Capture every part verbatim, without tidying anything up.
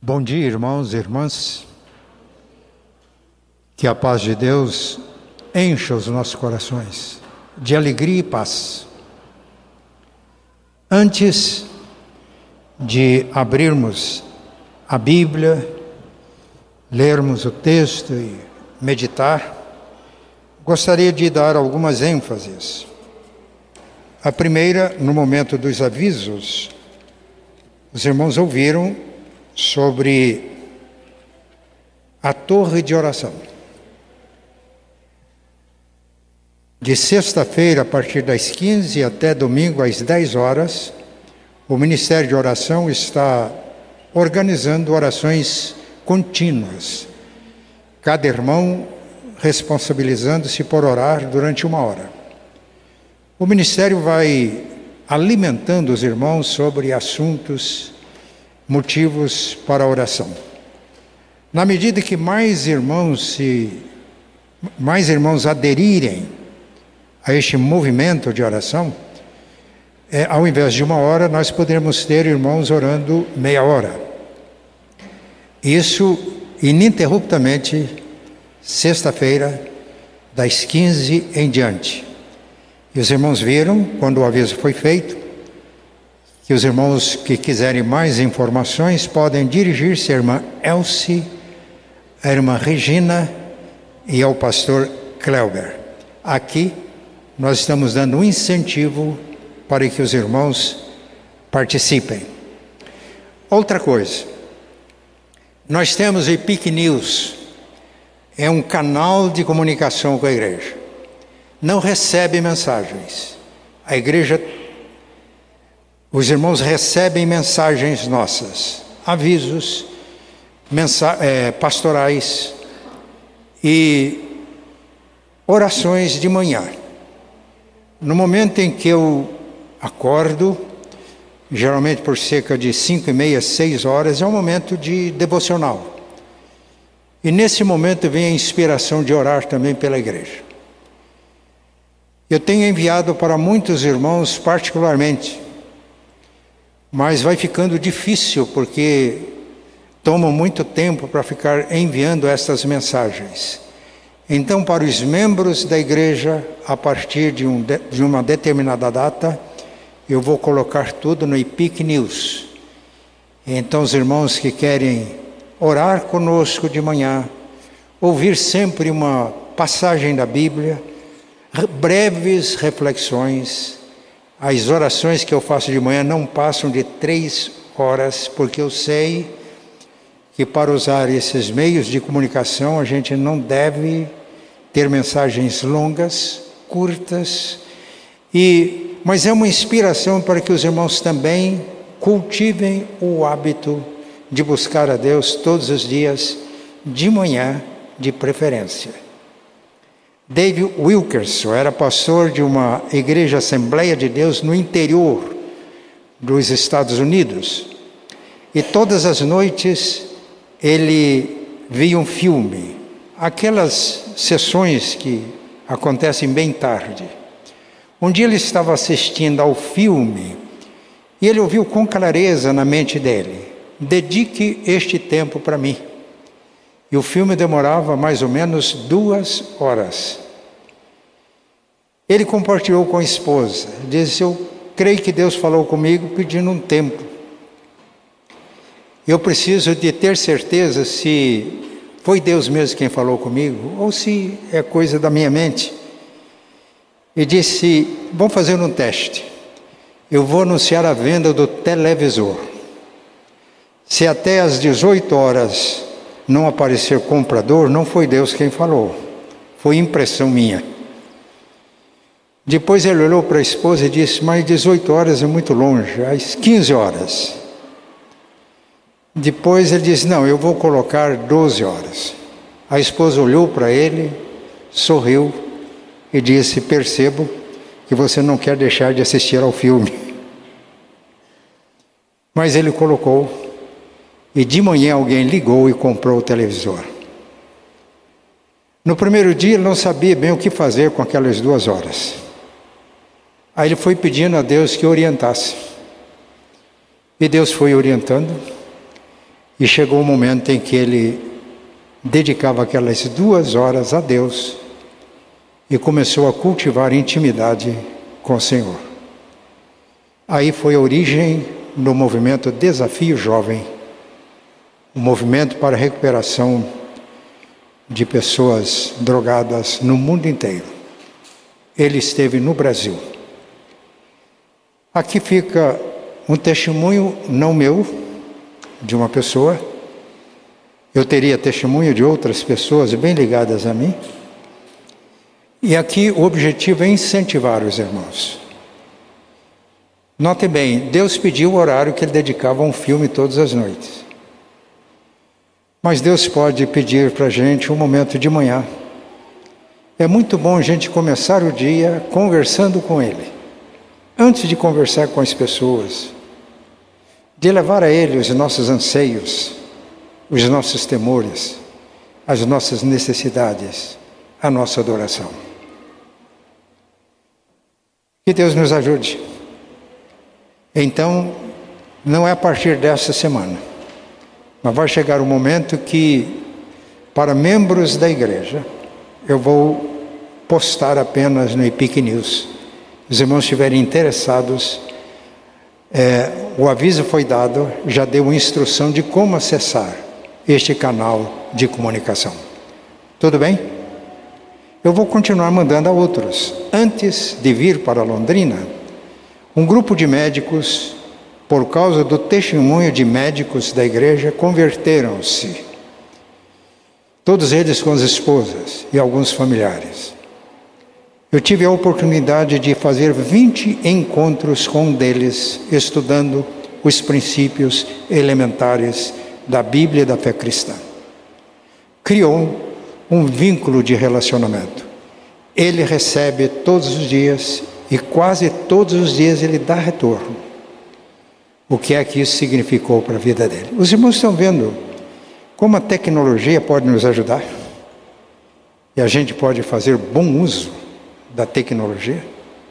Bom dia, irmãos e irmãs. Que a paz de Deus encha os nossos corações de alegria e paz. Antes de abrirmos a Bíblia, lermos o texto e meditar, gostaria de dar algumas ênfases. A primeira, no momento dos avisos, os irmãos ouviram sobre a torre de oração. De sexta-feira, a partir das quinze até domingo às dez horas, o Ministério de Oração está organizando orações contínuas. Cada irmão responsabilizando-se por orar durante uma hora. O Ministério vai alimentando os irmãos sobre assuntos, motivos para a oração. Na medida que mais irmãos se, mais irmãos aderirem a este movimento de oração, é, ao invés de uma hora, nós poderemos ter irmãos orando meia hora. Isso ininterruptamente, sexta-feira, das quinze em diante. E os irmãos viram, quando o aviso foi feito, que os irmãos que quiserem mais informações podem dirigir-se à irmã Elsie, à irmã Regina e ao pastor Cleuber. Aqui nós estamos dando um incentivo para que os irmãos participem. Outra coisa, nós temos o Epic News, é um canal de comunicação com a igreja. Não recebe mensagens. A igreja, os irmãos recebem mensagens nossas, avisos, mensa- é, pastorais e orações de manhã. No momento em que eu acordo, geralmente por cerca de cinco e meia, seis horas, é um momento de devocional. E nesse momento vem a inspiração de orar também pela igreja. Eu tenho enviado para muitos irmãos particularmente, mas vai ficando difícil porque toma muito tempo para ficar enviando essas mensagens. Então, para os membros da igreja, a partir de, um, de uma determinada data, eu vou colocar tudo no Epic News. Então, os irmãos que querem orar conosco de manhã, ouvir sempre uma passagem da Bíblia, breves reflexões. As orações que eu faço de manhã não passam de três horas, porque eu sei que para usar esses meios de comunicação a gente não deve ter mensagens longas, curtas, e, mas é uma inspiração para que os irmãos também cultivem o hábito de buscar a Deus todos os dias, de manhã, de preferência. David Wilkerson era pastor de uma igreja Assembleia de Deus no interior dos Estados Unidos. E todas as noites ele via um filme, aquelas sessões que acontecem bem tarde. Um dia ele estava assistindo ao filme e ele ouviu com clareza na mente dele: dedique este tempo para mim. E o filme demorava mais ou menos duas horas. Ele compartilhou com a esposa, disse: eu creio que Deus falou comigo pedindo um tempo. Eu preciso de ter certeza se foi Deus mesmo quem falou comigo ou se é coisa da minha mente. E disse: vamos fazer um teste. Eu vou anunciar a venda do televisor. Se até às dezoito horas não aparecer comprador, não foi Deus quem falou, foi impressão minha. Depois ele olhou para a esposa e disse: mas dezoito horas é muito longe, às quinze horas. Depois ele disse: não, eu vou colocar doze horas. A esposa olhou para ele, sorriu e disse: percebo que você não quer deixar de assistir ao filme. Mas ele colocou. E de manhã alguém ligou e comprou o televisor. No primeiro dia ele não sabia bem o que fazer com aquelas duas horas. Aí ele foi pedindo a Deus que orientasse. E Deus foi orientando. E chegou o momento em que ele dedicava aquelas duas horas a Deus e começou a cultivar intimidade com o Senhor. Aí foi a origem do movimento Desafio Jovem, um movimento para a recuperação de pessoas drogadas no mundo inteiro. Ele esteve no Brasil. Aqui fica um testemunho, não meu, de uma pessoa. Eu teria testemunho de outras pessoas bem ligadas a mim. E aqui o objetivo é incentivar os irmãos. Note bem, Deus pediu o horário que ele dedicava a um filme todas as noites. Mas Deus pode pedir para a gente um momento de manhã. É muito bom a gente começar o dia conversando com Ele. Antes de conversar com as pessoas, de levar a Ele os nossos anseios, os nossos temores, as nossas necessidades, a nossa adoração. Que Deus nos ajude. Então, não é a partir desta semana, mas vai chegar o momento que, para membros da igreja, eu vou postar apenas no Epic News. Os irmãos estiverem interessados, é, o aviso foi dado, já deu instrução de como acessar este canal de comunicação. Tudo bem? Eu vou continuar mandando a outros. Antes de vir para Londrina, um grupo de médicos, por causa do testemunho de médicos da igreja, converteram-se. Todos eles com as esposas e alguns familiares. Eu tive a oportunidade de fazer vinte encontros com um deles, estudando os princípios elementares da Bíblia e da fé cristã. Criou um vínculo de relacionamento. Ele recebe todos os dias e quase todos os dias ele dá retorno. O que é que isso significou para a vida dele? Os irmãos estão vendo como a tecnologia pode nos ajudar? E a gente pode fazer bom uso da tecnologia?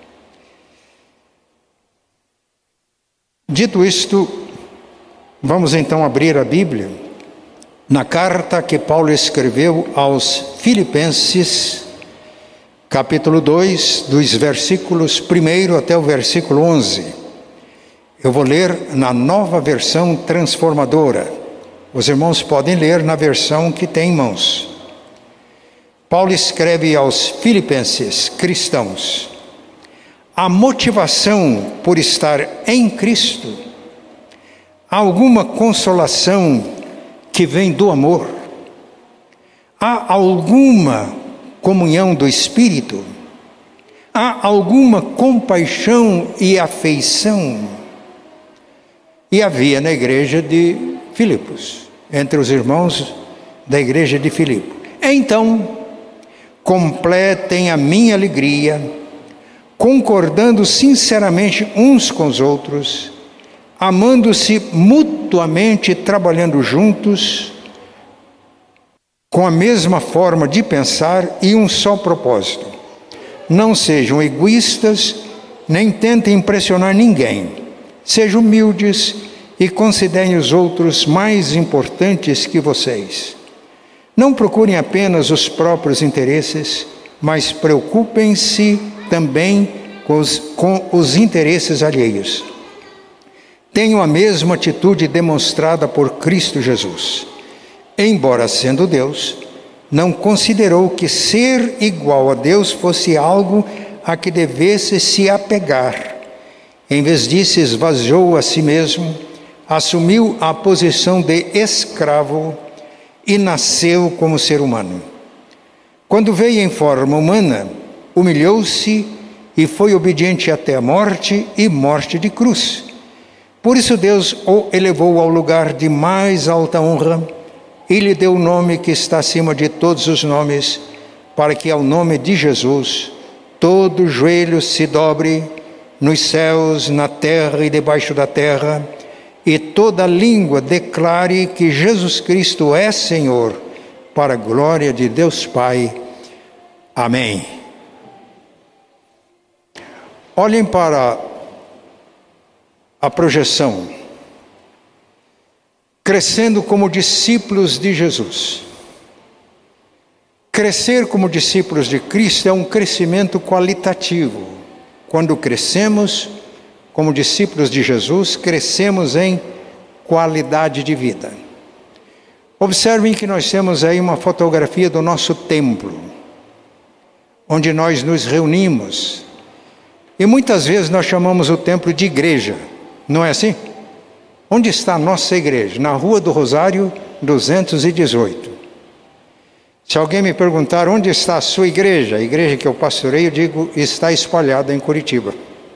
Dito isto, vamos então abrir a Bíblia na carta que Paulo escreveu aos Filipenses, capítulo dois, dos versículos primeiro até o versículo onze. Eu vou ler na Nova Versão Transformadora. Os irmãos podem ler na versão que tem em mãos. Paulo escreve aos Filipenses, cristãos: a motivação por estar em Cristo, há alguma consolação que vem do amor? Há alguma comunhão do Espírito? Há alguma compaixão e afeição? E havia na igreja de Filipos, entre os irmãos da igreja de Filipe. Então, completem a minha alegria, concordando sinceramente uns com os outros, amando-se mutuamente, trabalhando juntos, com a mesma forma de pensar e um só propósito. Não sejam egoístas, nem tentem impressionar ninguém. Sejam humildes e considerem os outros mais importantes que vocês. Não procurem apenas os próprios interesses, mas preocupem-se também com os, com os interesses alheios. Tenham a mesma atitude demonstrada por Cristo Jesus. Embora sendo Deus, não considerou que ser igual a Deus fosse algo a que devesse se apegar. Em vez disso, esvaziou a si mesmo, assumiu a posição de escravo e nasceu como ser humano. Quando veio em forma humana, humilhou-se e foi obediente até a morte e morte de cruz. Por isso Deus o elevou ao lugar de mais alta honra e lhe deu o nome que está acima de todos os nomes, para que ao nome de Jesus todo joelho se dobre, nos céus, na terra e debaixo da terra, e toda língua declare que Jesus Cristo é Senhor, para a glória de Deus Pai. Amém. Olhem para a projeção. crescendo como discípulos de Jesus. Crescer como discípulos de Cristo é um crescimento qualitativo. Quando crescemos como discípulos de Jesus, crescemos em qualidade de vida. Observem que nós temos aí uma fotografia do nosso templo, onde nós nos reunimos. E muitas vezes nós chamamos o templo de igreja, não é assim? Onde está a nossa igreja? Na Rua do Rosário, duzentos e dezoito. Se alguém me perguntar onde está a sua igreja, a igreja que eu pastoreio, eu digo, está espalhada em Curitiba.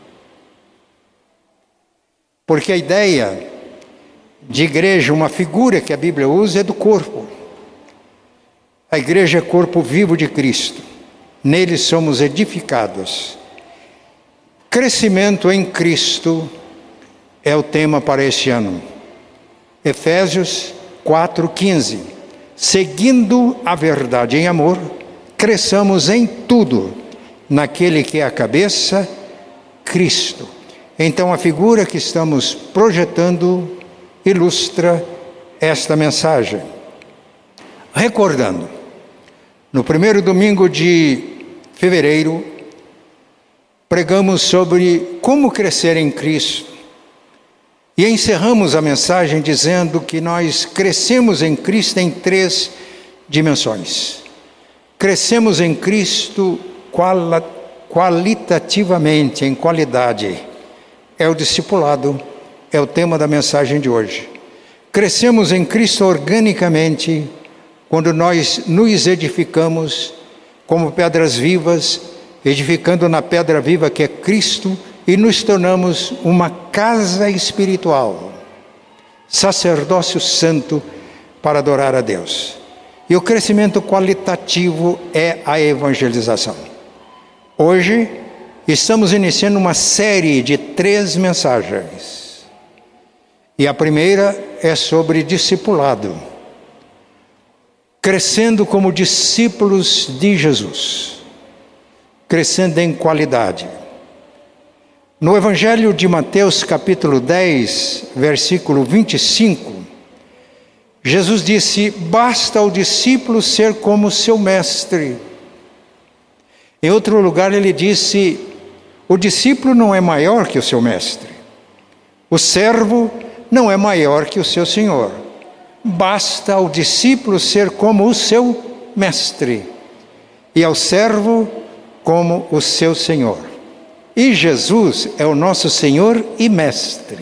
Porque a ideia de igreja, uma figura que a Bíblia usa, é do corpo. A igreja é corpo vivo de Cristo. Nele somos edificados. Crescimento em Cristo é o tema para este ano. Efésios quatro, quinze. Seguindo a verdade em amor, cresçamos em tudo, naquele que é a cabeça, Cristo. Então a figura que estamos projetando ilustra esta mensagem. Recordando, no primeiro domingo de fevereiro, pregamos sobre como crescer em Cristo. E encerramos a mensagem dizendo que nós crescemos em Cristo em três dimensões. Crescemos em Cristo quali- qualitativamente, em qualidade. É o discipulado, é o tema da mensagem de hoje. Crescemos em Cristo organicamente, quando nós nos edificamos como pedras vivas, edificando na pedra viva que é Cristo, e nos tornamos uma casa espiritual, sacerdócio santo para adorar a Deus. E o crescimento qualitativo é a evangelização. Hoje estamos iniciando uma série de três mensagens. E a primeira é sobre discipulado. Crescendo como discípulos de Jesus. Crescendo em qualidade. No Evangelho de Mateus, capítulo dez, versículo vinte e cinco, Jesus disse: basta ao discípulo ser como seu mestre. Em outro lugar ele disse: o discípulo não é maior que o seu mestre. O servo não é maior que o seu senhor. Basta ao discípulo ser como o seu mestre, e ao servo como o seu senhor. E Jesus é o nosso Senhor e Mestre.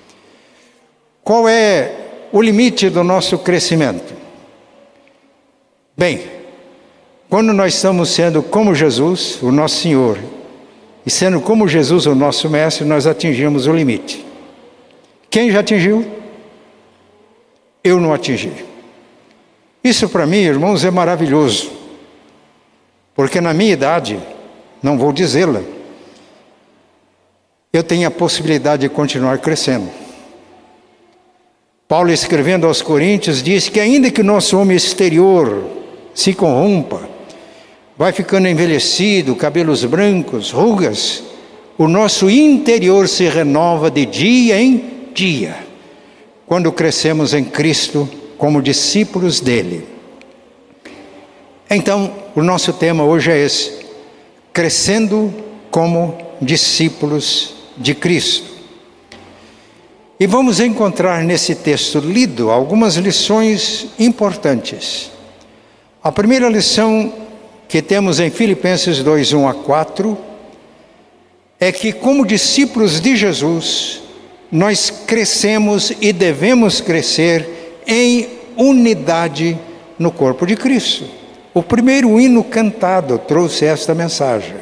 Qual é o limite do nosso crescimento? Bem, quando nós estamos sendo como Jesus, o nosso Senhor, e sendo como Jesus o nosso Mestre, nós atingimos o limite. Quem já atingiu? Eu não atingi. Isso para mim, irmãos, é maravilhoso. Porque na minha idade, não vou dizê-la, eu tenho a possibilidade de continuar crescendo. Paulo, escrevendo aos Coríntios, diz que ainda que o nosso homem exterior se corrompa, vai ficando envelhecido, cabelos brancos, rugas, o nosso interior se renova de dia em dia, quando crescemos em Cristo como discípulos dele. Então, o nosso tema hoje é esse: crescendo como discípulos de Cristo. E vamos encontrar nesse texto lido algumas lições importantes. A primeira lição que temos em Filipenses dois, um a quatro, é que como discípulos de Jesus, nós crescemos e devemos crescer em unidade no corpo de Cristo. O primeiro hino cantado trouxe esta mensagem.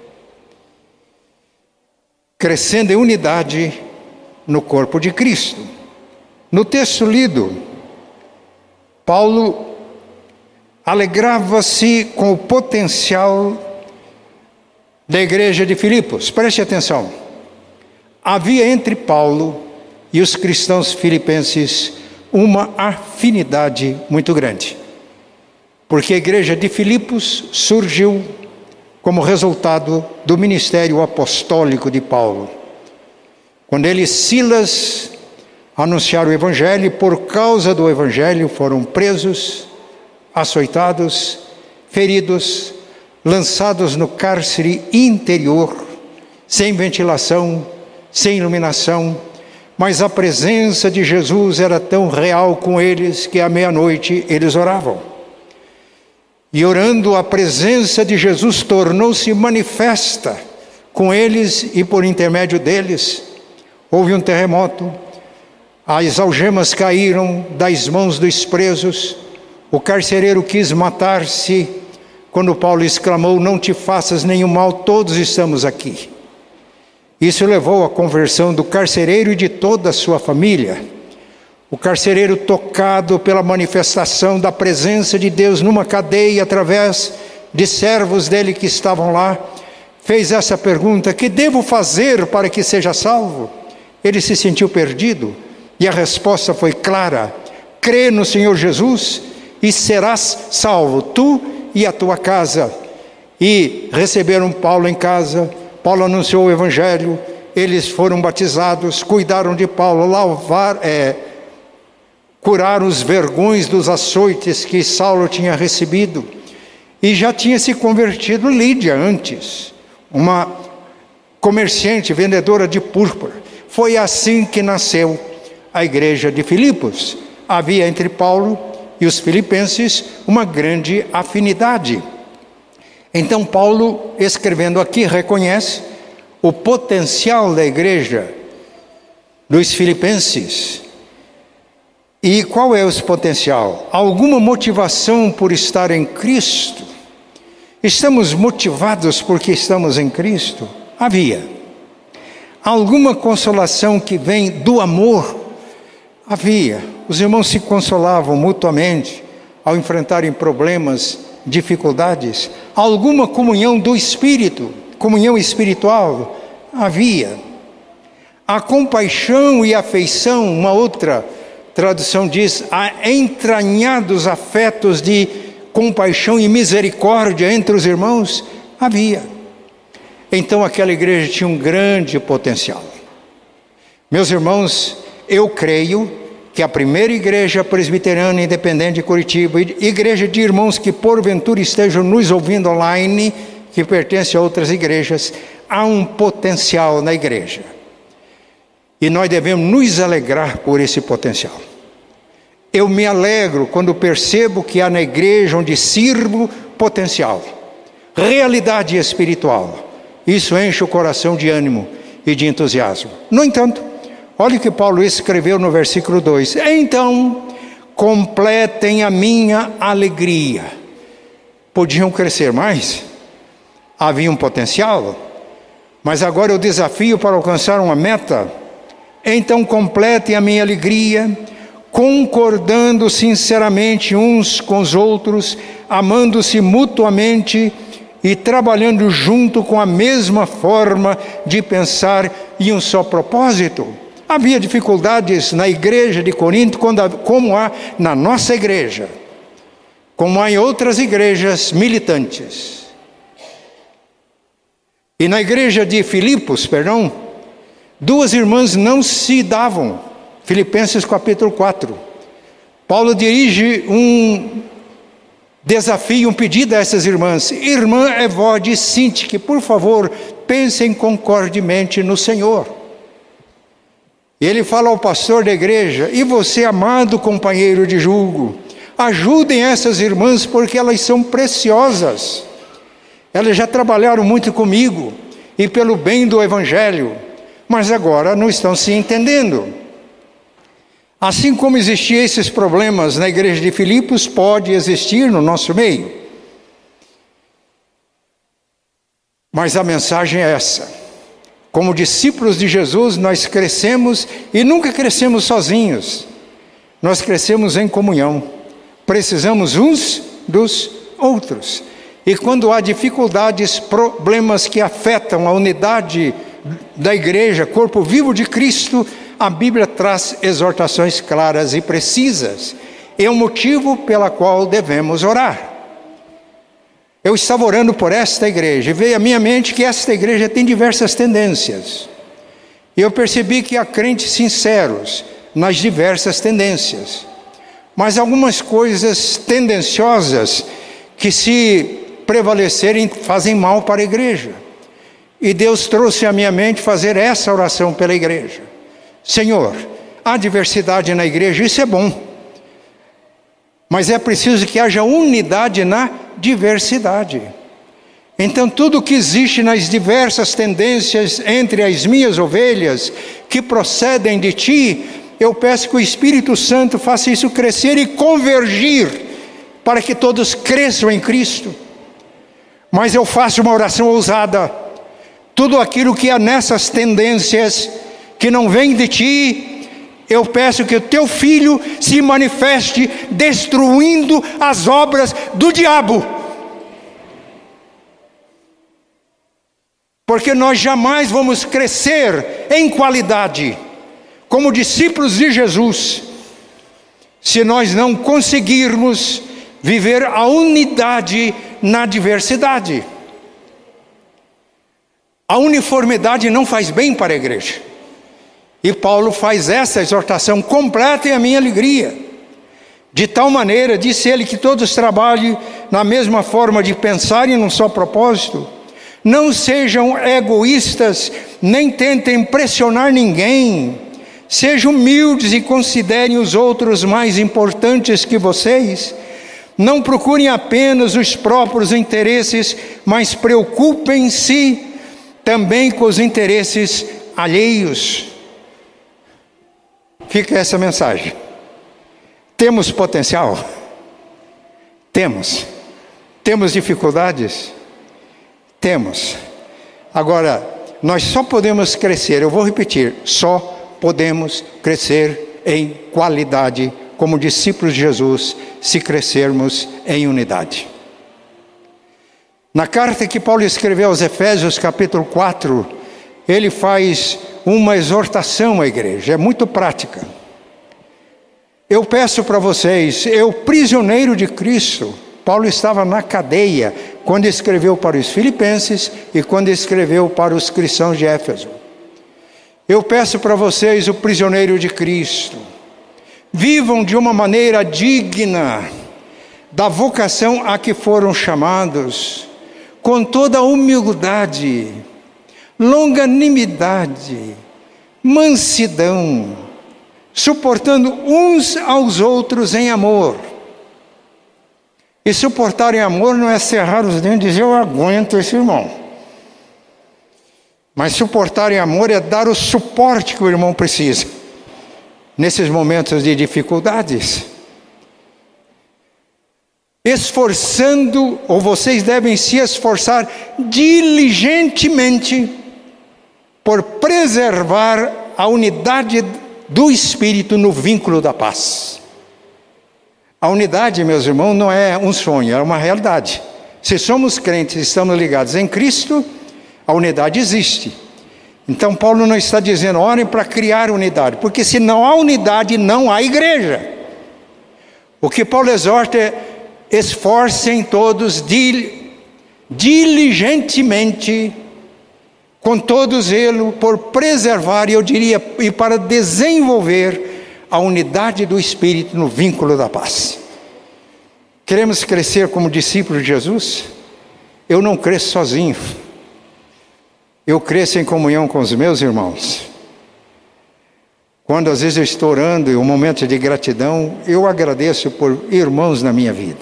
Crescendo em unidade no corpo de Cristo. No texto lido, Paulo alegrava-se com o potencial da igreja de Filipos. Preste atenção. Havia entre Paulo e os cristãos filipenses uma afinidade muito grande, porque a igreja de Filipos surgiu como resultado do ministério apostólico de Paulo. Quando ele e Silas anunciar o Evangelho e por causa do Evangelho foram presos, açoitados, feridos, lançados no cárcere interior, sem ventilação, sem iluminação, mas a presença de Jesus era tão real com eles que à meia-noite eles oravam. E orando, a presença de Jesus tornou-se manifesta com eles e por intermédio deles. Houve um terremoto, as algemas caíram das mãos dos presos, o carcereiro quis matar-se, quando Paulo exclamou: não te faças nenhum mal, todos estamos aqui. Isso levou à conversão do carcereiro e de toda a sua família. O carcereiro, tocado pela manifestação da presença de Deus numa cadeia, através de servos dele que estavam lá, fez essa pergunta: que devo fazer para que seja salvo? Ele se sentiu perdido e a resposta foi clara: crê no Senhor Jesus e serás salvo, tu e a tua casa. E receberam Paulo em casa. Paulo anunciou o Evangelho, eles foram batizados, cuidaram de Paulo, lavar, é, curaram os vergões dos açoites que Saulo tinha recebido. E já tinha se convertido Lídia antes, uma comerciante, vendedora de púrpura. Foi assim que nasceu a igreja de Filipos. Havia entre Paulo e os filipenses uma grande afinidade. Então Paulo, escrevendo aqui, reconhece o potencial da igreja dos filipenses. E qual é esse potencial? Alguma motivação por estar em Cristo? Estamos motivados porque estamos em Cristo? Havia. Alguma consolação que vem do amor? Havia. Os irmãos se consolavam mutuamente ao enfrentarem problemas, dificuldades. Alguma comunhão do Espírito, comunhão espiritual? Havia. A compaixão e afeição, uma outra tradução diz, há entranhados afetos de compaixão e misericórdia entre os irmãos? Havia. Então aquela igreja tinha um grande potencial. Meus irmãos, eu creio que a primeira igreja presbiteriana independente de Curitiba, igreja de irmãos que porventura estejam nos ouvindo online, que pertence a outras igrejas, há um potencial na igreja. E nós devemos nos alegrar por esse potencial. Eu me alegro quando percebo que há na igreja onde sirvo potencial, realidade espiritual. Isso enche o coração de ânimo e de entusiasmo. No entanto, olha o que Paulo escreveu no versículo dois. Então, completem a minha alegria. Podiam crescer mais? Havia um potencial? Mas agora eu desafio para alcançar uma meta. Então completem a minha alegria, concordando sinceramente uns com os outros, amando-se mutuamente e trabalhando junto com a mesma forma de pensar e um só propósito. Havia dificuldades na igreja de Corinto, como há na nossa igreja, como há em outras igrejas militantes. E na igreja de Filipos, perdão, duas irmãs não se davam. Filipenses capítulo quatro. Paulo dirige um desafio, um pedido a essas irmãs. Irmã Evode e Sintique, por favor, pensem concordemente no Senhor. E ele fala ao pastor da igreja: e você, amado companheiro de julgo, ajudem essas irmãs porque elas são preciosas. Elas já trabalharam muito comigo e pelo bem do Evangelho, mas agora não estão se entendendo. Assim como existiam esses problemas na igreja de Filipos, pode existir no nosso meio. Mas a mensagem é essa: como discípulos de Jesus, nós crescemos e nunca crescemos sozinhos. Nós crescemos em comunhão. Precisamos uns dos outros. E quando há dificuldades, problemas que afetam a unidade da igreja, corpo vivo de Cristo, a Bíblia traz exortações claras e precisas. É o motivo pela qual devemos orar. Eu estava orando por esta igreja e veio à minha mente que esta igreja tem diversas tendências. E eu percebi que há crentes sinceros nas diversas tendências. Mas algumas coisas tendenciosas que, se prevalecerem, fazem mal para a igreja. E Deus trouxe à minha mente fazer essa oração pela igreja. Senhor, há diversidade na igreja, isso é bom. Mas é preciso que haja unidade na diversidade. Então, tudo que existe nas diversas tendências entre as minhas ovelhas, que procedem de Ti, eu peço que o Espírito Santo faça isso crescer e convergir, para que todos cresçam em Cristo. Mas eu faço uma oração ousada. Tudo aquilo que há nessas tendências, que não vem de Ti, eu peço que o Teu Filho se manifeste destruindo as obras do diabo. Porque nós jamais vamos crescer em qualidade, como discípulos de Jesus, se nós não conseguirmos viver a unidade na diversidade. A uniformidade não faz bem para a igreja. E Paulo faz essa exortação: completa a minha alegria. De tal maneira, disse ele, que todos trabalhem na mesma forma de pensar e num só propósito. Não sejam egoístas, nem tentem impressionar ninguém. Sejam humildes e considerem os outros mais importantes que vocês. Não procurem apenas os próprios interesses, mas preocupem-se também com os interesses alheios. Fica essa mensagem. Temos potencial? Temos. Temos dificuldades? Temos. Agora, nós só podemos crescer, eu vou repetir, só podemos crescer em qualidade como discípulos de Jesus, se crescermos em unidade. Na carta que Paulo escreveu aos Efésios, capítulo quatro, ele faz uma exortação à igreja, é muito prática. Eu peço para vocês, eu prisioneiro de Cristo, Paulo estava na cadeia quando escreveu para os filipenses e quando escreveu para os cristãos de Éfeso. Eu peço para vocês, o prisioneiro de Cristo, vivam de uma maneira digna da vocação a que foram chamados, com toda a humildade, longanimidade, mansidão, suportando uns aos outros em amor. E suportar em amor não é cerrar os dentes e dizer eu aguento esse irmão. Mas suportar em amor é dar o suporte que o irmão precisa nesses momentos de dificuldades. Esforçando, ou vocês devem se esforçar diligentemente por preservar a unidade do Espírito no vínculo da paz. A unidade, meus irmãos, não é um sonho, é uma realidade. Se somos crentes e estamos ligados em Cristo, a unidade existe. Então Paulo não está dizendo, orem para criar unidade, porque se não há unidade, não há igreja. O que Paulo exorta é, esforcem todos diligentemente, com todo zelo, por preservar, e eu diria, e para desenvolver a unidade do Espírito no vínculo da paz. Queremos crescer como discípulos de Jesus? Eu não cresço sozinho. Eu cresço em comunhão com os meus irmãos. Quando às vezes eu estou orando, em um momento de gratidão, eu agradeço por irmãos na minha vida.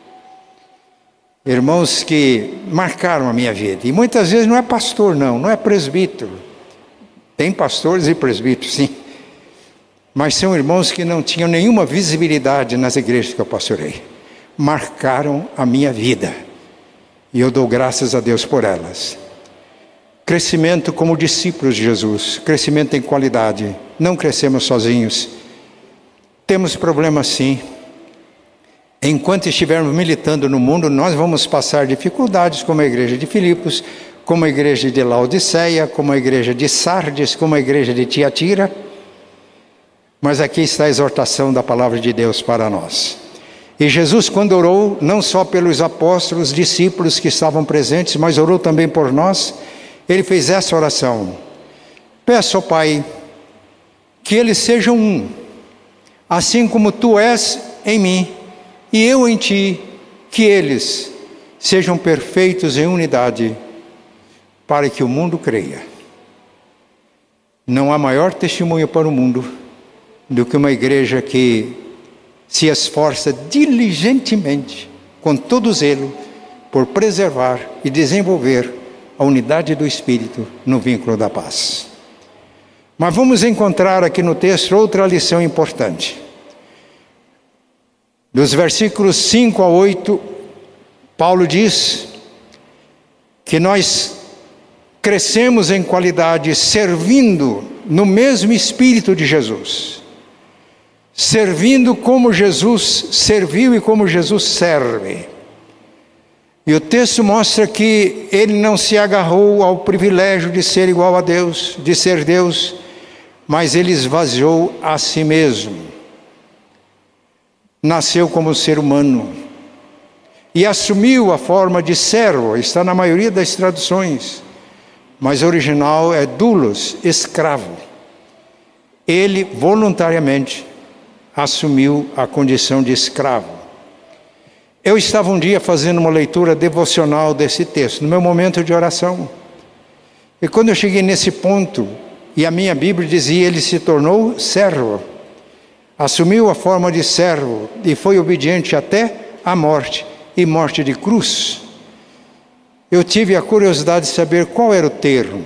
Irmãos que marcaram a minha vida. E muitas vezes não é pastor não, não é presbítero. Tem pastores e presbíteros, sim. Mas são irmãos que não tinham nenhuma visibilidade nas igrejas que eu pastorei. Marcaram a minha vida. E eu dou graças a Deus por elas. Crescimento como discípulos de Jesus. Crescimento em qualidade. Não crescemos sozinhos. Temos problemas sim. Enquanto estivermos militando no mundo, nós vamos passar dificuldades como a igreja de Filipos, como a igreja de Laodiceia, como a igreja de Sardes, como a igreja de Tiatira. Mas aqui está a exortação da palavra de Deus para nós. E Jesus, quando orou, não só pelos apóstolos, discípulos que estavam presentes, mas orou também por nós, ele fez essa oração: peço ao Pai que eles sejam um, assim como tu és em mim e eu em ti, que eles sejam perfeitos em unidade, para que o mundo creia. Não há maior testemunho para o mundo do que uma igreja que se esforça diligentemente, com todo zelo, por preservar e desenvolver a unidade do Espírito no vínculo da paz. Mas vamos encontrar aqui no texto outra lição importante. Dos versículos cinco a oito, Paulo diz que nós crescemos em qualidade servindo no mesmo Espírito de Jesus. Servindo como Jesus serviu e como Jesus serve. E o texto mostra que ele não se agarrou ao privilégio de ser igual a Deus, de ser Deus, mas ele esvaziou a si mesmo. Nasceu como ser humano e assumiu a forma de servo, está na maioria das traduções, mas o original é doulos, escravo. Ele voluntariamente assumiu a condição de escravo. Eu estava um dia fazendo uma leitura devocional desse texto, no meu momento de oração. E quando eu cheguei nesse ponto, e a minha Bíblia dizia, ele se tornou servo. Assumiu a forma de servo e foi obediente até a morte, e morte de cruz. Eu tive a curiosidade de saber qual era o termo.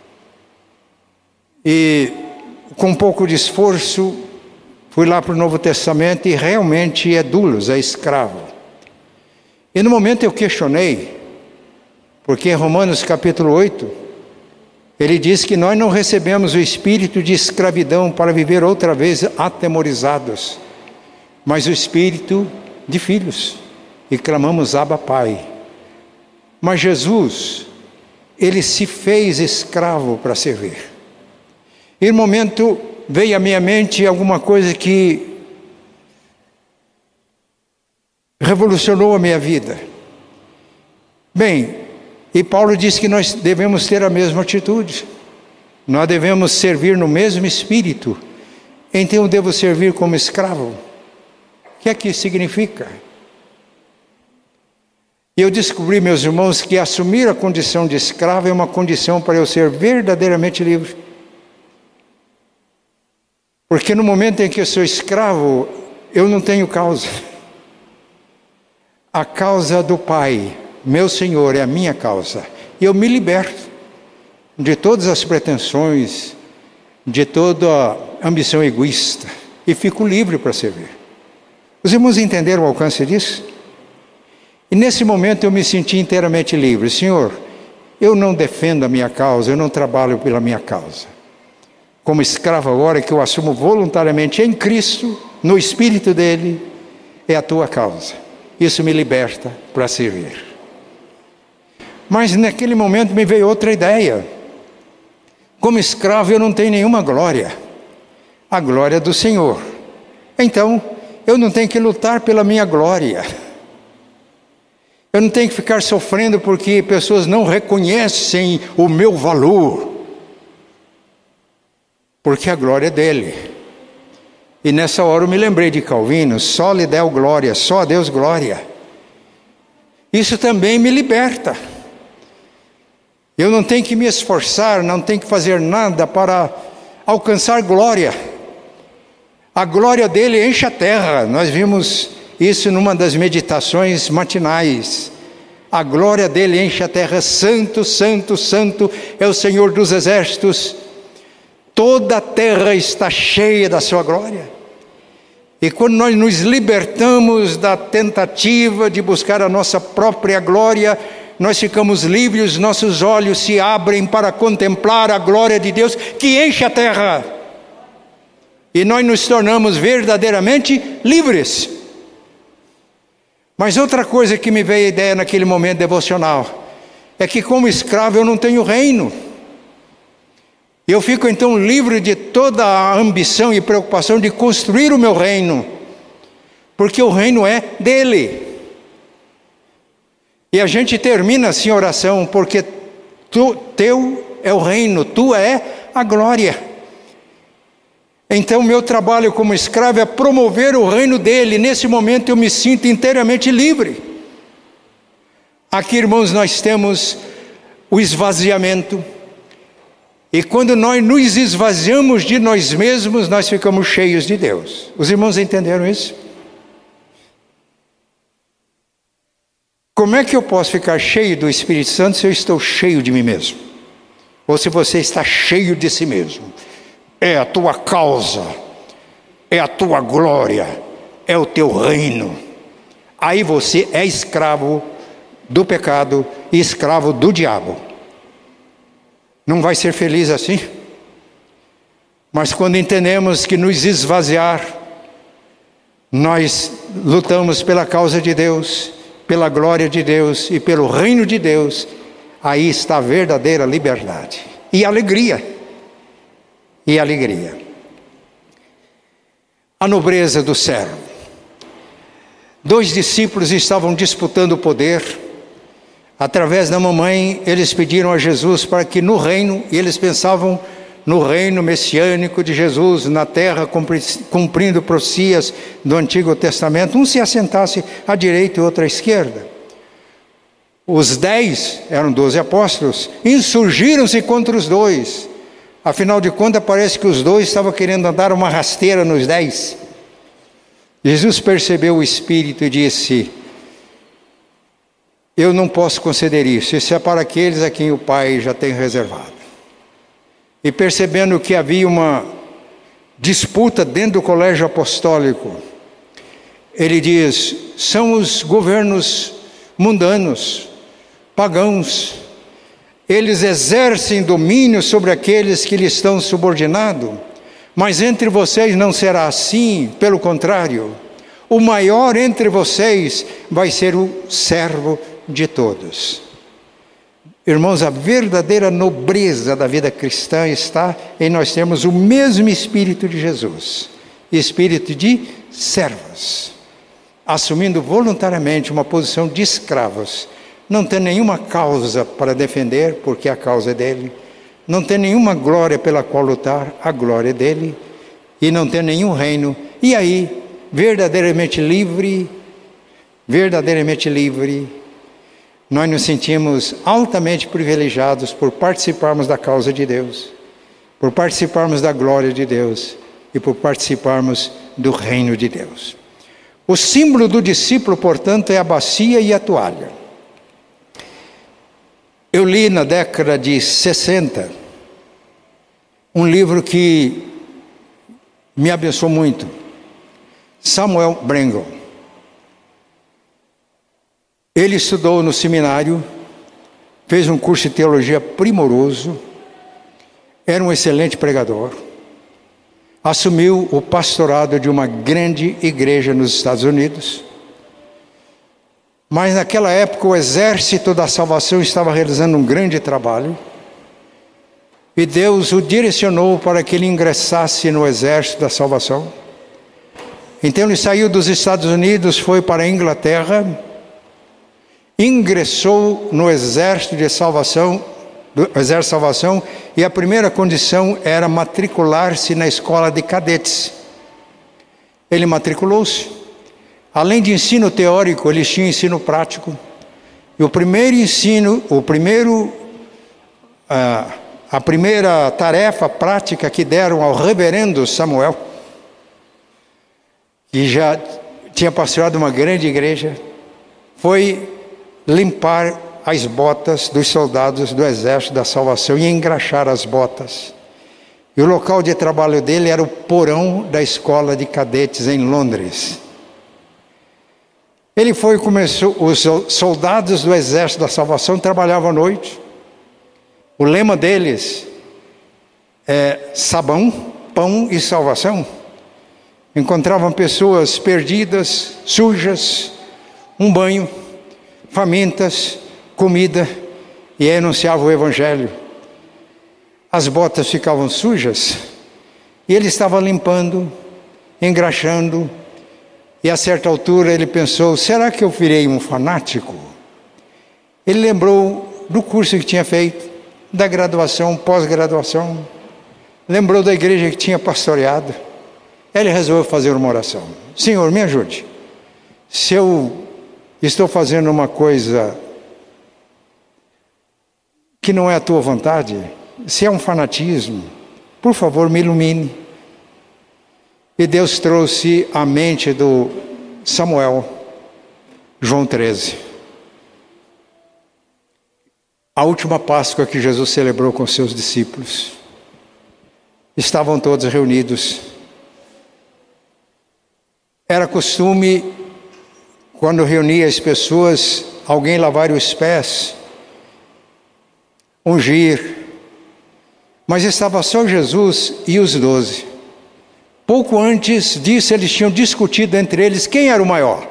E com um pouco de esforço, fui lá para o Novo Testamento e realmente é doulos, é escravo. E no momento eu questionei, porque em Romanos capítulo oito, ele diz que nós não recebemos o espírito de escravidão para viver outra vez atemorizados, mas o espírito de filhos, e clamamos Abba Pai. Mas Jesus, ele se fez escravo para servir. E no momento veio à minha mente alguma coisa que revolucionou a minha vida. Bem, e Paulo diz que nós devemos ter a mesma atitude. Nós devemos servir no mesmo espírito. Então eu devo servir como escravo. O que é que isso significa? E eu descobri, meus irmãos, que assumir a condição de escravo é uma condição para eu ser verdadeiramente livre. Porque no momento em que eu sou escravo, eu não tenho causa. A causa do Pai, meu Senhor, é a minha causa. E eu me liberto de todas as pretensões, de toda a ambição egoísta. E fico livre para servir. Os irmãos entenderam o alcance disso? E nesse momento eu me senti inteiramente livre. Senhor, eu não defendo a minha causa, eu não trabalho pela minha causa. Como escravo agora que eu assumo voluntariamente em Cristo, no Espírito dele, é a tua causa. Isso me liberta para servir. Mas naquele momento me veio outra ideia. Como escravo eu não tenho nenhuma glória. A glória do Senhor. Então, eu não tenho que lutar pela minha glória. Eu não tenho que ficar sofrendo porque pessoas não reconhecem o meu valor. Porque a glória é dele. E nessa hora eu me lembrei de Calvino, só lhe deu glória, só a Deus glória. Isso também me liberta. Eu não tenho que me esforçar, não tenho que fazer nada para alcançar glória. A glória dele enche a terra. Nós vimos isso numa das meditações matinais. A glória dele enche a terra. Santo, santo, santo é o Senhor dos exércitos. Toda a terra está cheia da sua glória. E quando nós nos libertamos da tentativa de buscar a nossa própria glória, nós ficamos livres, nossos olhos se abrem para contemplar a glória de Deus que enche a terra. E nós nos tornamos verdadeiramente livres. Mas outra coisa que me veio a ideia naquele momento devocional, é que como escravo eu não tenho reino. Eu fico então livre de toda a ambição e preocupação de construir o meu reino, porque o reino é dele. E a gente termina assim a oração, porque tu, teu é o reino, tu é a glória. Então, meu trabalho como escravo é promover o reino dele. Nesse momento eu me sinto inteiramente livre. Aqui, irmãos, nós temos o esvaziamento. E quando nós nos esvaziamos de nós mesmos, nós ficamos cheios de Deus. Os irmãos entenderam isso? Como é que eu posso ficar cheio do Espírito Santo se eu estou cheio de mim mesmo? Ou se você está cheio de si mesmo? É a tua causa, é a tua glória, é o teu reino. Aí você é escravo do pecado e escravo do diabo. Não vai ser feliz assim? Mas quando entendemos que nos esvaziar, nós lutamos pela causa de Deus, pela glória de Deus e pelo reino de Deus, aí está a verdadeira liberdade e alegria. E alegria. A nobreza do servo. Dois discípulos estavam disputando o poder. Através da mamãe, eles pediram a Jesus para que no reino, e eles pensavam no reino messiânico de Jesus, na terra, cumprindo profecias do Antigo Testamento, um se assentasse à direita e outro à esquerda. Os dez, eram doze apóstolos, insurgiram-se contra os dois. Afinal de contas, parece que os dois estavam querendo dar uma rasteira nos dez. Jesus percebeu o espírito e disse: eu não posso conceder isso, isso é para aqueles a quem o Pai já tem reservado. E percebendo que havia uma disputa dentro do colégio apostólico, ele diz: são os governos mundanos, pagãos, eles exercem domínio sobre aqueles que lhes estão subordinados, mas entre vocês não será assim, pelo contrário, o maior entre vocês vai ser o servo de todos. Irmãos, a verdadeira nobreza da vida cristã está em nós termos o mesmo Espírito de Jesus, Espírito de servos, assumindo voluntariamente uma posição de escravos, não tem nenhuma causa para defender, porque a causa é dele, não tem nenhuma glória pela qual lutar, a glória é dele, e não tem nenhum reino, e aí, verdadeiramente livre, verdadeiramente livre, nós nos sentimos altamente privilegiados por participarmos da causa de Deus, por participarmos da glória de Deus, e por participarmos do reino de Deus. O símbolo do discípulo, portanto, é a bacia e a toalha. Eu li na década de sessenta um livro que me abençoou muito, Samuel Brengle. Ele estudou no seminário, fez um curso de teologia primoroso, era um excelente pregador, assumiu o pastorado de uma grande igreja nos Estados Unidos. Mas naquela época o exército da salvação estava realizando um grande trabalho, e Deus o direcionou para que ele ingressasse no exército da salvação. Então ele saiu dos Estados Unidos, foi para a Inglaterra, ingressou no exército de salvação, do exército de salvação, e a primeira condição era matricular-se na escola de cadetes. Ele matriculou-se. Além de ensino teórico, eles tinham ensino prático. E o primeiro ensino, o primeiro, a, a primeira tarefa prática que deram ao reverendo Samuel, que já tinha pastoreado uma grande igreja, foi limpar as botas dos soldados do exército da salvação e engraxar as botas. E o local de trabalho dele era o porão da escola de cadetes em Londres. Ele foi e começou, os soldados do exército da salvação trabalhavam à noite. O lema deles é sabão, pão e salvação. Encontravam pessoas perdidas, sujas, um banho, famintas, comida, e aí anunciavam o evangelho. As botas ficavam sujas, e ele estava limpando, engraxando, e a certa altura ele pensou: será que eu virei um fanático? Ele lembrou do curso que tinha feito, da graduação, pós-graduação, lembrou da igreja que tinha pastoreado, Ele resolveu fazer uma oração. Senhor, me ajude. Se eu estou fazendo uma coisa que não é a tua vontade, se é um fanatismo, por favor, me ilumine. E Deus trouxe à mente do Samuel, João treze. A última Páscoa que Jesus celebrou com seus discípulos. Estavam todos reunidos. Era costume, quando reunia as pessoas, alguém lavar os pés, ungir. Mas estava só Jesus e os doze. Pouco antes disso, eles tinham discutido entre eles quem era o maior.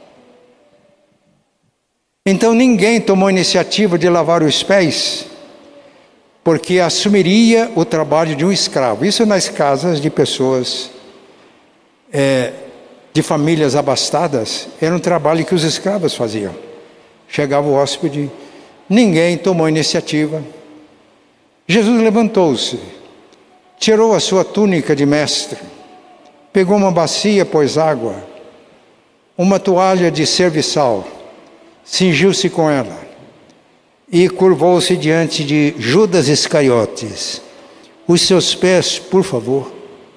Então ninguém tomou a iniciativa de lavar os pés, porque assumiria o trabalho de um escravo. Isso nas casas de pessoas, é, de famílias abastadas, era um trabalho que os escravos faziam. Chegava o hóspede, ninguém tomou a iniciativa. Jesus levantou-se, tirou a sua túnica de mestre, pegou uma bacia, pôs água, uma toalha de serviçal, cingiu-se com ela e curvou-se diante de Judas Iscariotes. Os seus pés, por favor.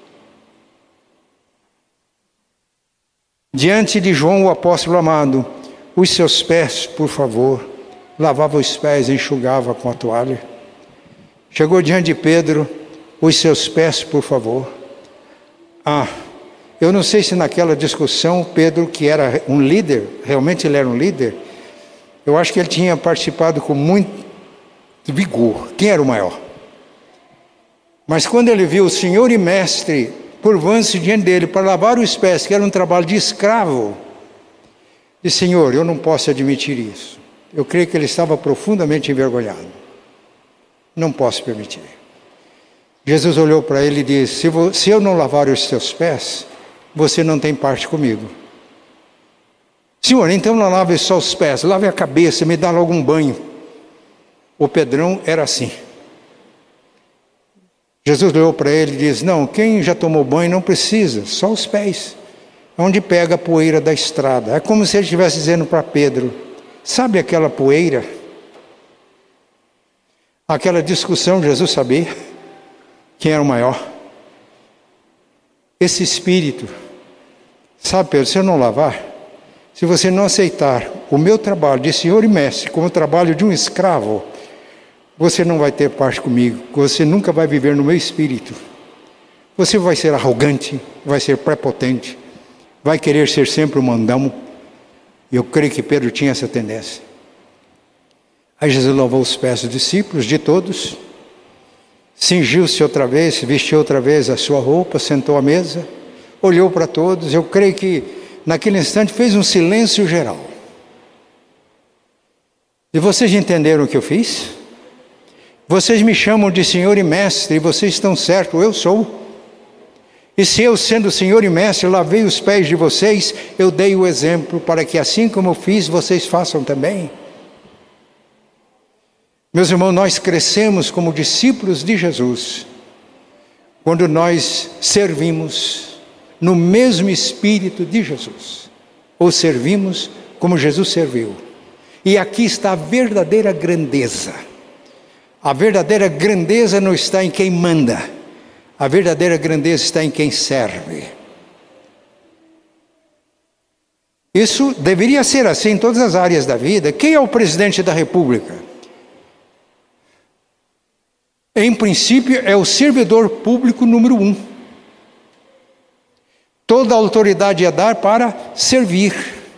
Diante de João, o apóstolo amado, os seus pés, por favor. Lavava os pés, enxugava com a toalha. Chegou diante de Pedro, os seus pés, por favor. Ah, eu não sei se naquela discussão, Pedro, que era um líder, realmente ele era um líder, eu acho que ele tinha participado com muito vigor. Quem era o maior? Mas quando ele viu o Senhor e Mestre curvando-se diante dele para lavar os pés, que era um trabalho de escravo, disse: Senhor, eu não posso admitir isso. Eu creio que ele estava profundamente envergonhado. Não posso permitir. Jesus olhou para ele e disse: se, vo, se eu não lavar os teus pés, você não tem parte comigo. Senhor, então não lave só os pés, lave a cabeça, me dá logo um banho. O Pedrão era assim. Jesus olhou para ele e disse: não, quem já tomou banho não precisa, só os pés. Onde pega a poeira da estrada. É como se ele estivesse dizendo para Pedro: sabe aquela poeira? Aquela discussão, Jesus sabia quem era o maior. Esse espírito, sabe, Pedro, se eu não lavar, se você não aceitar o meu trabalho de Senhor e Mestre como o trabalho de um escravo, você não vai ter parte comigo, você nunca vai viver no meu espírito. Você vai ser arrogante, vai ser prepotente, vai querer ser sempre o mandão. Eu creio que Pedro tinha essa tendência. Aí Jesus lavou os pés dos discípulos, de todos, cingiu-se outra vez, vestiu outra vez a sua roupa, sentou à mesa, olhou para todos. Eu creio que naquele instante fez um silêncio geral. E vocês entenderam o que eu fiz? Vocês me chamam de Senhor e Mestre, e vocês estão certos, eu sou. E se eu, sendo Senhor e Mestre, lavei os pés de vocês, eu dei o exemplo para que assim como eu fiz, vocês façam também. Meus irmãos, nós crescemos como discípulos de Jesus, quando nós servimos no mesmo espírito de Jesus, ou servimos como Jesus serviu. E aqui está a verdadeira grandeza. A verdadeira grandeza não está em quem manda, a verdadeira grandeza está em quem serve. Isso deveria ser assim em todas as áreas da vida. Quem é o presidente da República? Em princípio, é o servidor público número um. Toda a autoridade é dar para servir.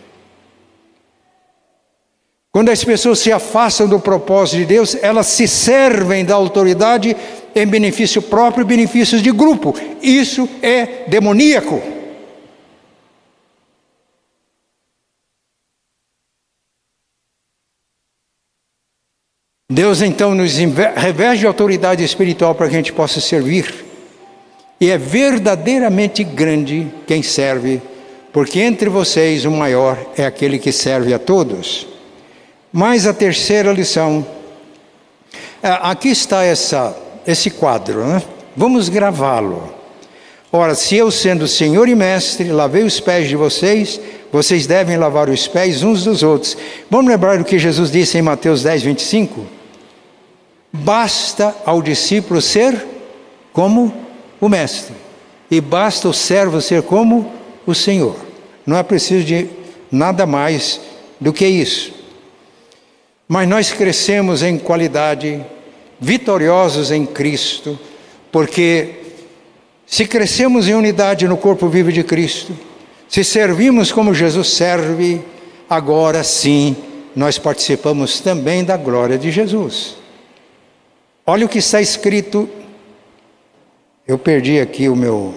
Quando as pessoas se afastam do propósito de Deus, elas se servem da autoridade em benefício próprio e benefícios de grupo. Isso é demoníaco. Deus então nos reveste de autoridade espiritual para que a gente possa servir. E é verdadeiramente grande quem serve, porque entre vocês o maior é aquele que serve a todos. Mas a terceira lição, aqui está essa, esse quadro, né? Vamos gravá-lo. Ora, se eu, sendo Senhor e Mestre, lavei os pés de vocês, vocês devem lavar os pés uns dos outros. Vamos lembrar do que Jesus disse em Mateus dez, vinte e cinco? Basta ao discípulo ser como o Mestre, e basta o servo ser como o Senhor. Não é preciso de nada mais do que isso. Mas nós crescemos em qualidade, vitoriosos em Cristo, porque se crescemos em unidade no corpo vivo de Cristo, se servimos como Jesus serve, agora sim nós participamos também da glória de Jesus. Olha o que está escrito. Eu perdi aqui o meu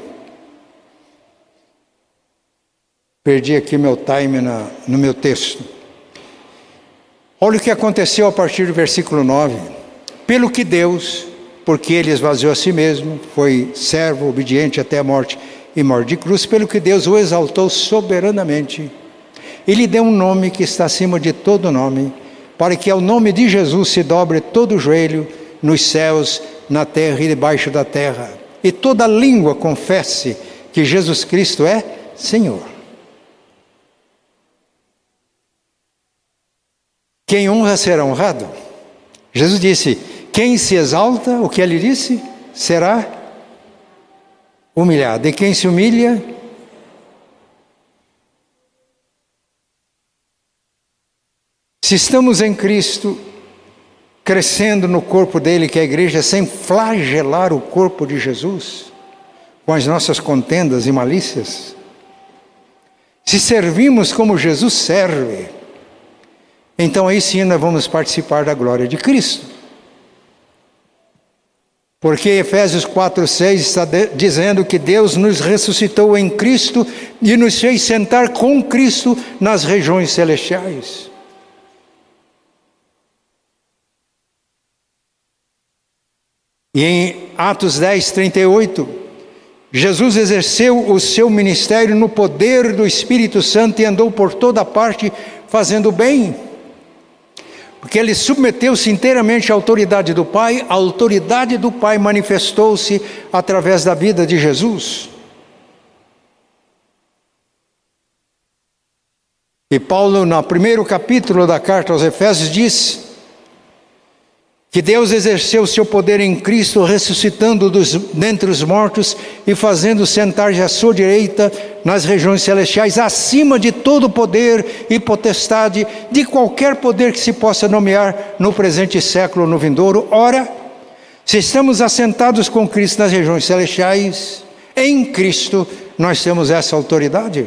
perdi aqui meu time na, no meu texto. Olha o que aconteceu a partir do versículo nove. Pelo que Deus, porque ele esvaziou a si mesmo, foi servo, obediente até a morte e morte de cruz, pelo que Deus o exaltou soberanamente, e lhe deu um nome que está acima de todo nome, para que ao nome de Jesus se dobre todo o joelho, nos céus, na terra e debaixo da terra, e toda língua confesse que Jesus Cristo é Senhor. Quem honra será honrado. Jesus disse: quem se exalta, o que ele disse, será humilhado. E quem se humilha, se estamos em Cristo, crescendo no corpo dele, que é a igreja, sem flagelar o corpo de Jesus, com as nossas contendas e malícias, se servimos como Jesus serve, então aí sim nós vamos participar da glória de Cristo. Porque Efésios quatro, seis está de, dizendo que Deus nos ressuscitou em Cristo e nos fez sentar com Cristo nas regiões celestiais. E em Atos dez, trinta e oito, Jesus exerceu o seu ministério no poder do Espírito Santo e andou por toda parte fazendo bem. Porque ele submeteu-se inteiramente à autoridade do Pai, a autoridade do Pai manifestou-se através da vida de Jesus. E Paulo, no primeiro capítulo da carta aos Efésios, diz que Deus exerceu o seu poder em Cristo, ressuscitando dos, dentre os mortos e fazendo sentar-se à sua direita nas regiões celestiais, acima de todo poder e potestade, de qualquer poder que se possa nomear no presente século ou no vindouro. Ora, se estamos assentados com Cristo nas regiões celestiais, em Cristo nós temos essa autoridade.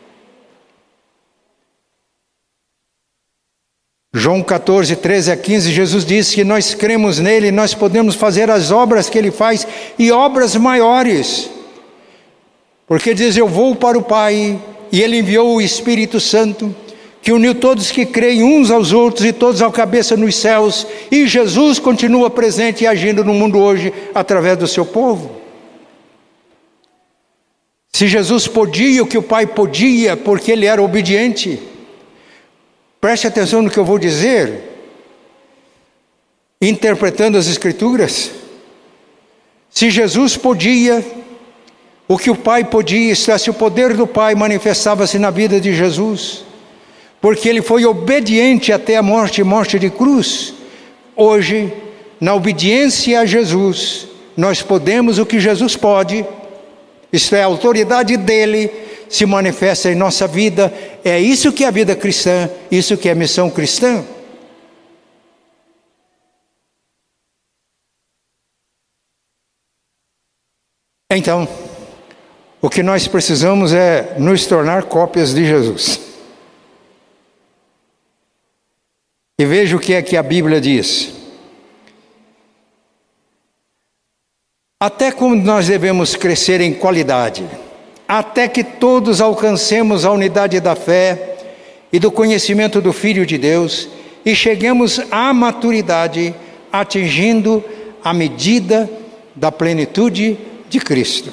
João catorze, treze a quinze, Jesus disse que nós cremos nele, nós podemos fazer as obras que ele faz e obras maiores. Porque diz: eu vou para o Pai, e ele enviou o Espírito Santo, que uniu todos que creem uns aos outros e todos ao cabeça nos céus, e Jesus continua presente e agindo no mundo hoje através do seu povo. Se Jesus podia o que o Pai podia, porque ele era obediente, preste atenção no que eu vou dizer, interpretando as Escrituras. Se Jesus podia o que o Pai podia, isto é, se o poder do Pai manifestava-se na vida de Jesus, porque ele foi obediente até a morte e morte de cruz, hoje, na obediência a Jesus, nós podemos o que Jesus pode, isto é, a autoridade dele se manifesta em nossa vida. É isso que é a vida cristã, isso que é a missão cristã. Então, o que nós precisamos é nos tornar cópias de Jesus. E veja o que é que a Bíblia diz. Até como nós devemos crescer em qualidade, até que todos alcancemos a unidade da fé e do conhecimento do Filho de Deus e cheguemos à maturidade, atingindo a medida da plenitude de Cristo.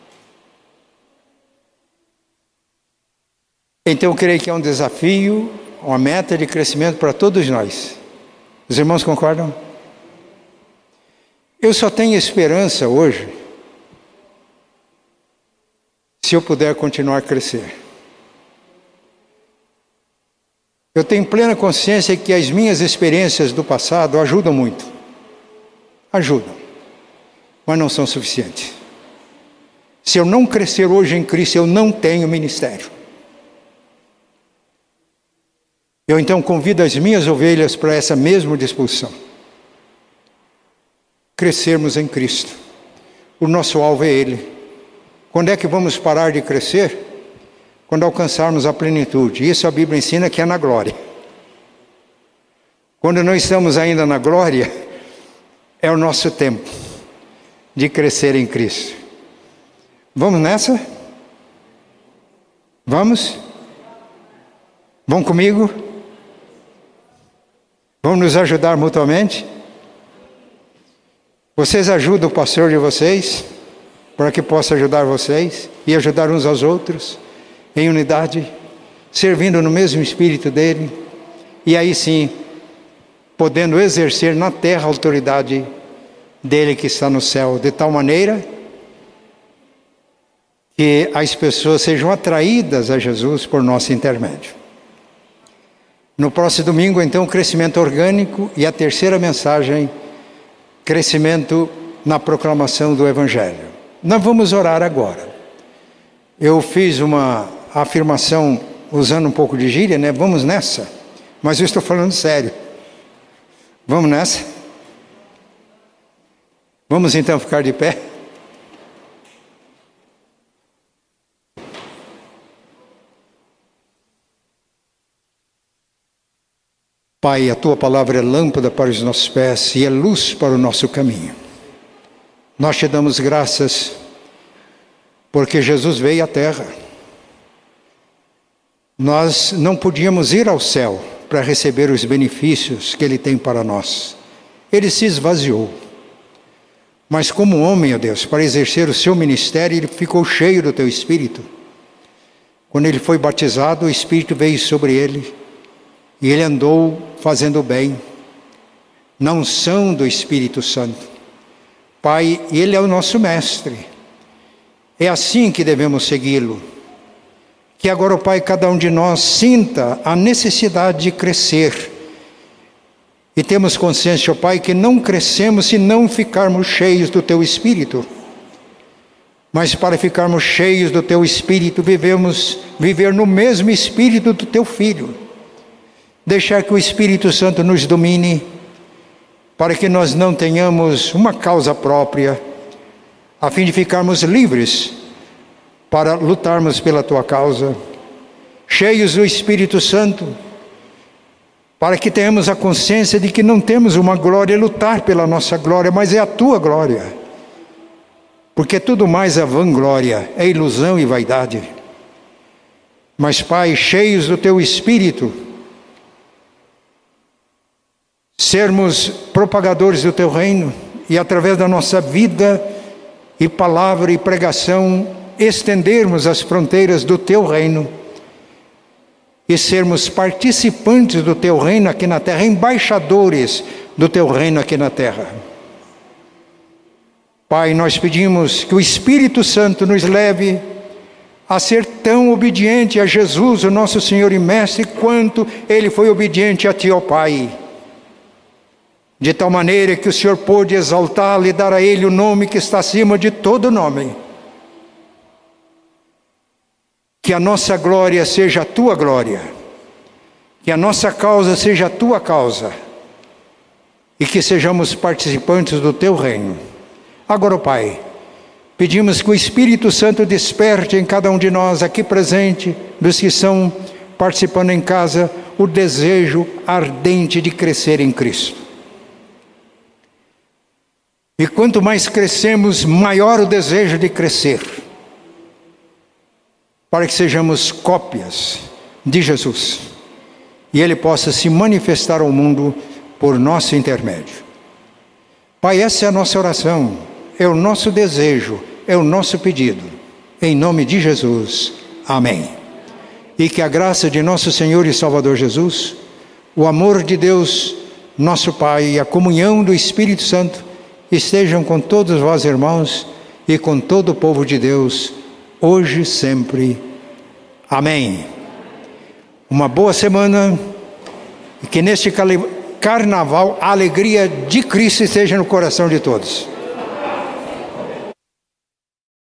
Então eu creio que é um desafio, uma meta de crescimento para todos nós. Os irmãos concordam? Eu só tenho esperança hoje se eu puder continuar a crescer. Eu tenho plena consciência que as minhas experiências do passado ajudam muito. Ajudam. Mas não são suficientes. Se eu não crescer hoje em Cristo, eu não tenho ministério. Eu então convido as minhas ovelhas para essa mesma disposição. Crescermos em Cristo. O nosso alvo é Ele. Quando é que vamos parar de crescer? Quando alcançarmos a plenitude. Isso a Bíblia ensina que é na glória. Quando não estamos ainda na glória, é o nosso tempo de crescer em Cristo. Vamos nessa? Vamos? Vão comigo? Vamos nos ajudar mutuamente? Vocês ajudam o pastor de vocês, para que possa ajudar vocês e ajudar uns aos outros, em unidade, servindo no mesmo Espírito dele, e aí sim, podendo exercer na terra a autoridade dele que está no céu, de tal maneira que as pessoas sejam atraídas a Jesus por nosso intermédio. No próximo domingo, então, crescimento orgânico, e a terceira mensagem, crescimento na proclamação do Evangelho. Nós vamos orar agora. Eu fiz uma afirmação usando um pouco de gíria, né? Vamos nessa. Mas eu estou falando sério. Vamos nessa? Vamos então ficar de pé? Pai, a Tua palavra é lâmpada para os nossos pés e é luz para o nosso caminho. Nós te damos graças porque Jesus veio à terra. Nós não podíamos ir ao céu para receber os benefícios que Ele tem para nós. Ele se esvaziou. Mas como homem, ó Deus, para exercer o seu ministério, Ele ficou cheio do Teu Espírito. Quando Ele foi batizado, o Espírito veio sobre Ele. E Ele andou fazendo o bem, na unção do Espírito Santo. Pai, Ele é o nosso mestre. É assim que devemos segui-lo. Que agora, Pai, cada um de nós sinta a necessidade de crescer. E temos consciência, ó Pai, que não crescemos se não ficarmos cheios do Teu Espírito. Mas para ficarmos cheios do Teu Espírito, vivemos, viver no mesmo Espírito do Teu Filho. Deixar que o Espírito Santo nos domine, para que nós não tenhamos uma causa própria, a fim de ficarmos livres para lutarmos pela Tua causa, cheios do Espírito Santo, para que tenhamos a consciência de que não temos uma glória a lutar pela nossa glória, mas é a Tua glória, porque tudo mais é vanglória, é ilusão e vaidade. Mas, Pai, cheios do Teu Espírito, sermos propagadores do Teu reino e através da nossa vida e palavra e pregação estendermos as fronteiras do Teu reino e sermos participantes do Teu reino aqui na terra, embaixadores do Teu reino aqui na terra. Pai, nós pedimos que o Espírito Santo nos leve a ser tão obediente a Jesus, o nosso Senhor e Mestre, quanto Ele foi obediente a Ti, ó Pai. De tal maneira que o Senhor pôde exaltá-lo e dar a Ele o nome que está acima de todo nome. Que a nossa glória seja a Tua glória. Que a nossa causa seja a Tua causa. E que sejamos participantes do Teu reino. Agora, Pai, pedimos que o Espírito Santo desperte em cada um de nós aqui presente, dos que estão participando em casa, o desejo ardente de crescer em Cristo. E quanto mais crescemos, maior o desejo de crescer, para que sejamos cópias de Jesus, e Ele possa se manifestar ao mundo por nosso intermédio. Pai, essa é a nossa oração, é o nosso desejo, é o nosso pedido, em nome de Jesus, amém. E que a graça de nosso Senhor e Salvador Jesus, o amor de Deus, nosso Pai, e a comunhão do Espírito Santo, estejam com todos vós, irmãos, e com todo o povo de Deus, hoje e sempre. Amém. Uma boa semana e que neste carnaval a alegria de Cristo esteja no coração de todos.